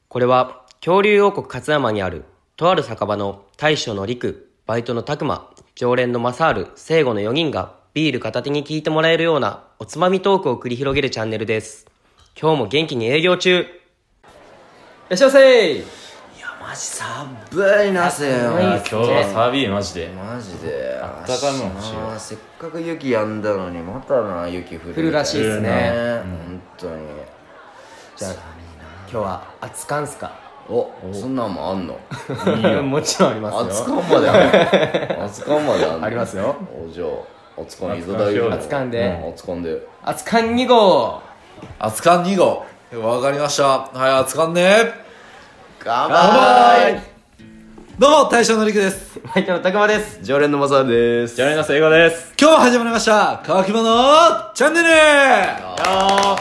これは恐竜王国勝山にあるとある酒場の大将の陸、バイトの拓磨、常連のマサール、聖護の4人がビール片手に聞いてもらえるようなおつまみトークを繰り広げるチャンネルです。今日も元気に営業中。いらっしゃいませ。 いやマジ寒いなせよ。 寒いっすね今日は寒いマジで。 マジであったかいもん欲しいよ。 せっかく雪やんだのにまたな雪降る降るらしいっすね。 本当に。 じゃあ今日は熱燗っすか？ お、そんなんもあんの？ もちろんありますよ。 熱燗まである。熱燗まであんの？ ありますよ。 お、じゃあ熱燗いただいて。 熱燗で。 熱燗で。 熱燗2号。 熱燗2号。わかりました。はい、熱燗ね。 乾杯。 どうも、大将のりくです。 バイトの拓磨です。 常連のマサルです。 じゃあ皆さん英語です。 今日も始まりました、乾き物チャンネル。お願いします。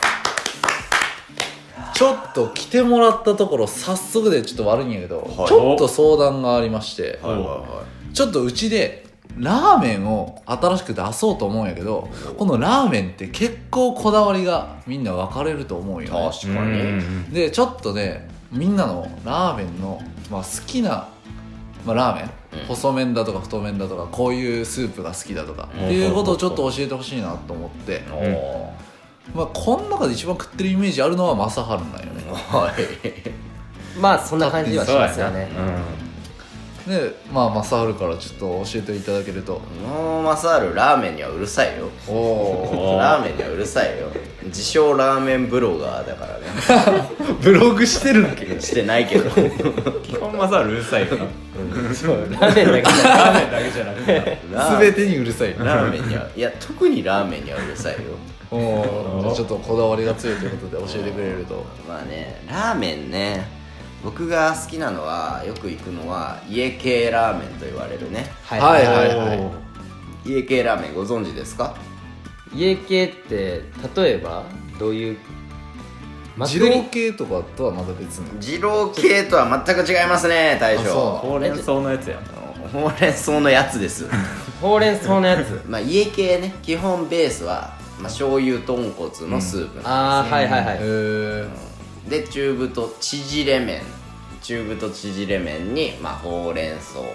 ちょっと来てもらったところ、早速でちょっと悪いんやけど、 はいちょっと相談がありまして、 はいはいはちょっとうちでラーメンを新しく出そうと思うんやけど、このラーメンって結構こだわりがみんな分かれると思うよね。 確かに。 でちょっとね、みんなのラーメンの、好きな、ラーメン、細麺だとか太麺だとかこういうスープが好きだとかっていうことをちょっと教えてほしいなと思って、この中で一番食ってるイメージあるのは正治なんよね。 はい。 まあそんな感じはしますよね。 で正治からちょっと教えていただけると。 もうマサールラーメンにはうるさいよ。 おラーメンにはうるさいよ。自称ラーメンブロガーだからね。 ブログしてるんけどしてないけど。 基本マサールうるさいよな。 そうラーメンだけじゃない。 ラーメンだけじゃなくて。 全てにうるさい。 ラーメンには、いや特にラーメンにはうるさいよ。 じゃあちょっとこだわりが強いということで教えてくれると。 まあね、ラーメンね、僕が好きなのは、よく行くのは家系ラーメンと言われるね。 はい家系ラーメンご存知ですか？ 家系って例えばどういう二郎系とかとはまた別の。 二郎系とは全く違いますね、大将。 ほうれん草のやつやん。 ほうれん草のやつです。 ほうれん草のやつ。 家系ね、基本ベースは、醤油豚骨のスープなんですね。 はいで中太縮れ麺、中太縮れ麺に、ほうれん草、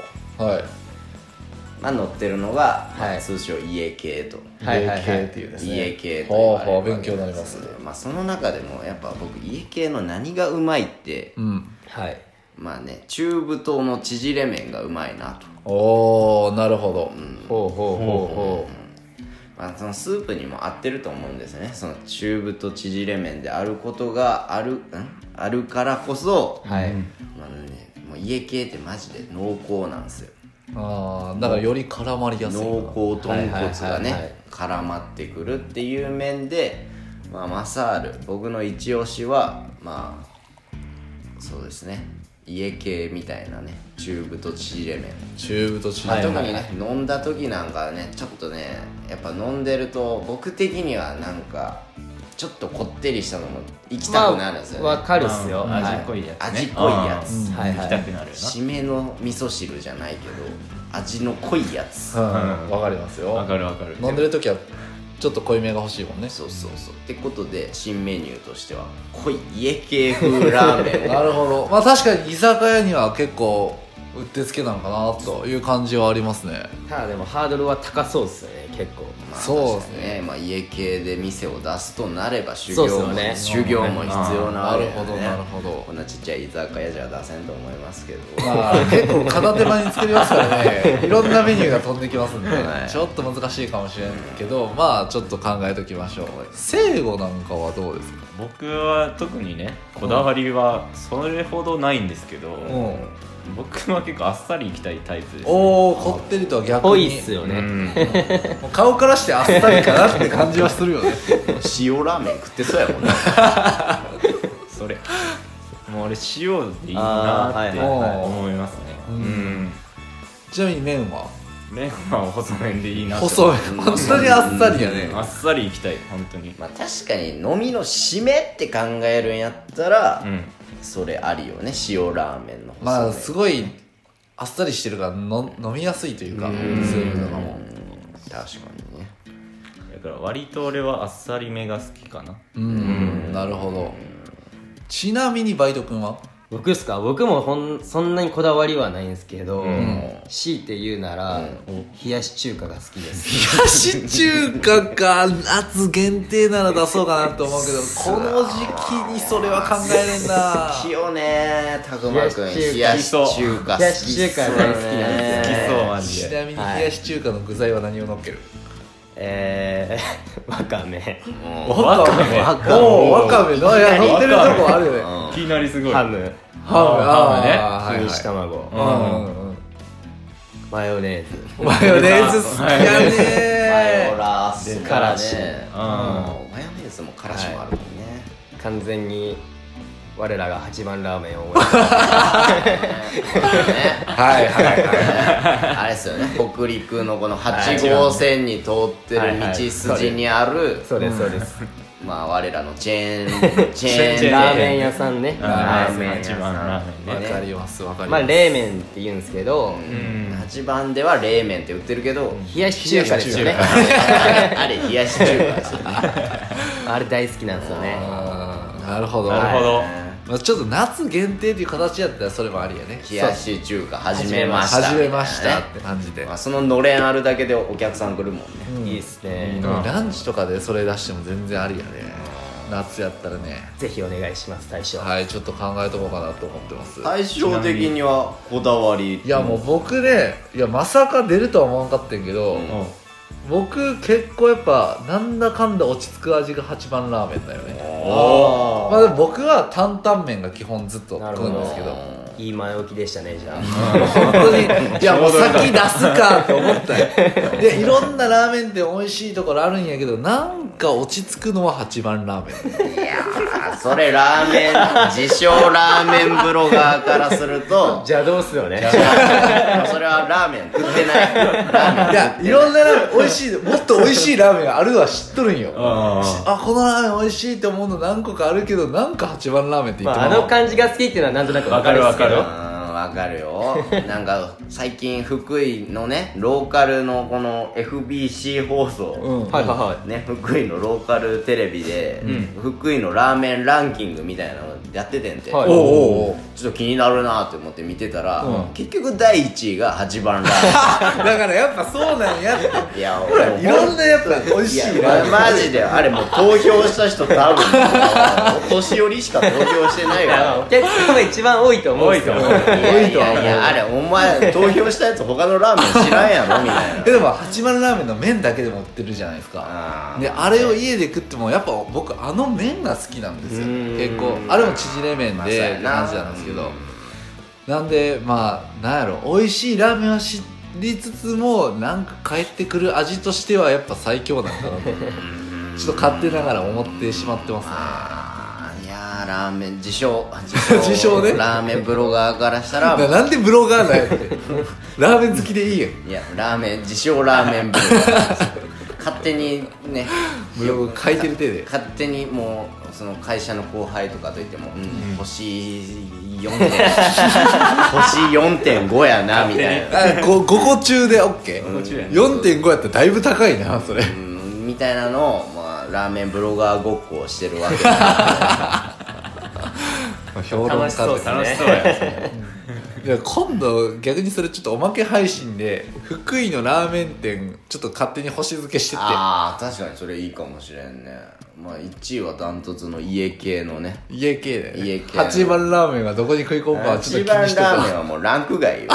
乗ってるのが、通称家系と、 家系っていうですね。 家系と言われるわけです。 勉強になります。 その中でもやっぱ僕家系の何がうまいって、中太の縮れ麺がうまいなと。 おー、なるほど。 そのスープにも合ってると思うんですね。その中太縮れ麺であることがあるからこそ、もう家系ってマジで濃厚なんですよ。 だからより絡まりやすい。 濃厚豚骨がね絡まってくるっていう面で、マサール僕の一押しはそうですね、家系みたいなね、中太縮れ麺。 中太縮れ麺、 特にね、飲んだ時なんかね、ちょっとねやっぱ飲んでると僕的にはなんかちょっとこってりしたのも行きたくなるんですよね。 わかるっすよ。 味濃いやつね。 味濃いやつ、 行きたくなるよな。 締めの味噌汁じゃないけど味の濃いやつ。 わかりますよ。 わかるわかる。 飲んでる時はちょっと濃いめが欲しいもんね。 そうってことで新メニューとしては濃い家系風ラーメン。 なるほど。確かに居酒屋には結構うってつけなのかなという感じはありますね。 ただでもハードルは高そうですよね、結構。 そうですね。 家系で店を出すとなれば修そうっす行も、 よね修行も必要なわけでね。 なるほど。 こんなちっちゃい居酒屋じゃ出せんと思いますけど、 結構片手間に作りますからね。いろんなメニューが飛んできますんで、 はいちょっと難しいかもしれんけど、ちょっと考えときましょう。聖護なんかはどうですか？ 僕は特にね、こだわりはそれほどないんですけど、僕は結構あっさりいきたいタイプです、ね。 おー、こってりとは逆に濃いっすよね。 もう顔からしてあっさりかなって感じはするよね。 塩ラーメン食ってそうやもんね。 それもう俺塩でいいなって思いますね。 ちなみに麺は麺は細麺でいいなって。 細麺、本当にあっさりやね。 あっさりいきたい、本当に。 確かに飲みの締めって考えるんやったら、それありよね、塩ラーメンの細麺。 すごいあっさりしてるから飲みやすいというか、スープとかも。 確かにね。 だから割と俺はあっさりめが好きかな。 なるほど。 ちなみにバイト君は？ 僕ですか？僕もそんなにこだわりはないんですけど、強いて言うなら、冷やし中華が好きです。 冷やし中華か、夏限定なら出そうかなと思うけど、この時期にそれは考えれんな。 好きよねたくまくん。冷やし中華好き。 冷やし中華大好きなんですよね。 好きそうマジで。 ちなみに冷やし中華の具材は何を乗っける？ わかめ、 わかめ。わかめの、いや、乗ってるとこあるよね。 いきなりすごい。 ハム、 ハムね。 錦糸卵、マヨネーズ。 マヨネーズ好きやマヨね。 ラースとからしね。マヨネーズもからしもあるもんね。 完全に我らが8番ラーメンを覚はいはいはい。 あれですよね、北陸のこの8号線に通ってる道筋にある、 そうですそうです。 まあ我らのチェーンラーメン屋さんね。 ラーメン屋一番ラーメンね。 わかりますわかりまあます。 冷麺って言うんですけど、 8番では冷麺って売ってるけど、 冷やし中華ですよね。 あれ冷やし中華ですよね。 あれ大好きなんですよね。 なるほど。 なるほど。 まあちょっと夏限定っていう形やったらそれもありやね。 冷やし中華始めました始めましたっみたいなね。 て感じで。 まあそののれんあるだけでお客さん来るもんね。 いいっすね。 ランチとかでそれ出しても全然ありやね。夏やったらね。 ぜひお願いします大将。 はい、ちょっと考えとこうかなと思ってます。 対照的にはこだわり。 いやもう僕ね、いやまさか出るとは思わんかったんけど、僕結構やっぱなんだかんだ落ち着く味が8番ラーメンだよね。まあでも僕は担々麺が基本ずっと食うんですけど、 いい前置きでしたねじゃあ。 本当にいやもう先出すかって思ったよ。でいろんなラーメン店美味しいところあるんやけど、なんか落ち着くのは8番ラーメン。 いやーそれラーメン自称ラーメンブロガーからすると邪道っすよね。 それはラーメン食ってないラーメンいやいろんなラーメン美味しい、もっと美味しいラーメンがあるのは知っとるんよ。あこのラーメン美味しいと思うの何個かあるけど、なんか8番ラーメンって言ってあの感じが好きっていうのはなんとなく分かるんですけど。 わかるよ。なんか最近福井のねローカルのこの FBC 放送、 はいはいはいね、福井のローカルテレビで、福井のラーメンランキングみたいなのやっててんて、 はいおうおうおう。 ちょっと気になるなって思って見てたら、結局第1位が8番ラーだからやっぱそうなんやって。 メンいやいろんなやっぱ美味しいラーメン。 マジであれもう投票した人多分お年寄りしか投票してないからお客さんが一番多いと思うんですよ。 いやあれお前投票したやつ他のラーメン知らんやろみたいな。 でも8番ラーメンの麺だけでも売ってるじゃないですか。であれを家で食ってもやっぱ僕あの麺が好きなんですよ。結構あれも縮れ麺でって感じなんですけど、なんでまあなんやろ、美味しいラーメンは知りつつもなんか帰ってくる味としてはやっぱ最強なんかなとちょっと勝手ながら思ってしまってますね。 いやーラーメン自称ねラーメンブロガーからしたらなんでブロガーなんやってラーメン好きでいいやん。 いやラーメン自称ラーメンブロガー勝手にねブログ書いてる手で勝手にもうその会社の後輩とかといっても、星4点星 4.5 やなみたいな 5個中で OK4.5 やったらだいぶ高いなそれみたいなのを、まあ、ラーメンブロガーごっこをしてるわけ評論家楽しそうですね。 楽しそうやね。 いや今度逆にそれちょっとおまけ配信で福井のラーメン店ちょっと勝手に星付けしてって、 ああ確かにそれいいかもしれんね。まあ1位はダントツの家系のね。 家系で、ね、 家系 8番ラーメンはどこに食い込むかはちょっと気に 8 してた番ラーメンはもうランク外よ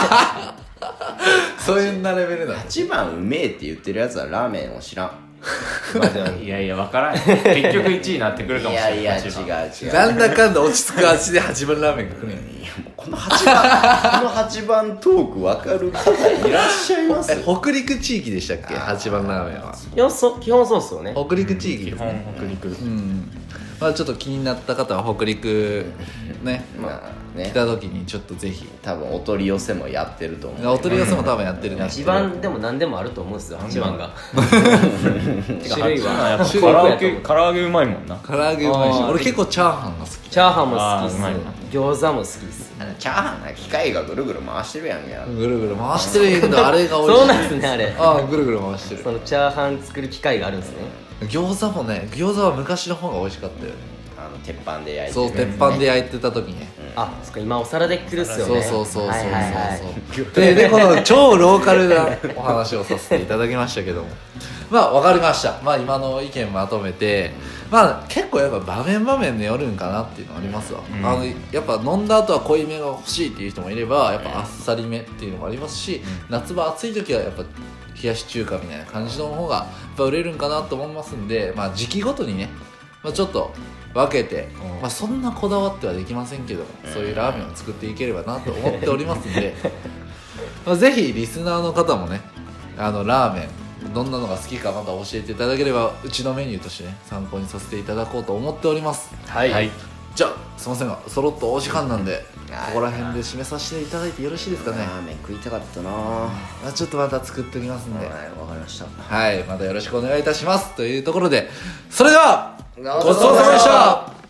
そういうなレベルだ 8番うめえって言ってるやつはラーメンを知らん。 いやいや分からん。結局1位になってくるかもしれない。 いや違 8番うなんだかんだ落ち着く味で8番ラーメンが来るんやいやもうこの8番トーク分かる方いらっしゃいます北陸地域でしたっけ8番ラーメンは。 基本そうっすよね。 北陸地域基本ですね。 北陸。 まあちょっと気になった方は北陸ね、 まあね来た時にちょっとぜひ多分お取り寄せもやってると思う。 お取り寄せも多分やってるね。 一番でも何でもあると思うんですよ8番が。種類やはっぱ唐揚げうまいもんな。 唐揚げうまいし、 あー俺結構チャーハンが好き。 チャーハンも好きっすあーうまいな。 餃子も好きっす。 チャーハンな機械がぐるぐる回してるやんや。 ぐるぐる回してるんやけどあれが美味しい。 そうなんですねあれ。 ああぐるぐる回してる。 そのチャーハン作る機械があるんですね。 餃子もね、餃子は昔の方が美味しかったよね。 鉄板で焼いてそう鉄板で焼いてた時ね、 あ、そっか、今お皿で来るっすよね。 そうはいはいはいでこの超ローカルなお話をさせていただきましたけどもまあ分かりました。まあ今の意見まとめて、まあ結構やっぱ場面場面でよるんかなっていうのありますわ、やっぱ飲んだ後は濃いめが欲しいっていう人もいればやっぱあっさりめっていうのもありますし、夏場暑い時はやっぱ冷やし中華みたいな感じの方がやっぱ売れるんかなと思いますんで、まあ時期ごとにね、まあ、ちょっと分けて、まあ、そんなこだわってはできませんけども、そういうラーメンを作っていければなと思っておりますんでまあぜひリスナーの方もねラーメンどんなのが好きかまた教えていただければうちのメニューとしてね参考にさせていただこうと思っております。 はい、はい、 じゃあすいませんがそろっとお時間なんでここら辺で締めさせていただいてよろしいですかね。 ラーメン食いたかったな。 ちょっとまた作っておきますんで、 はい、わかりました。 はい、またよろしくお願いいたしますというところで、それではごちそうさまでした。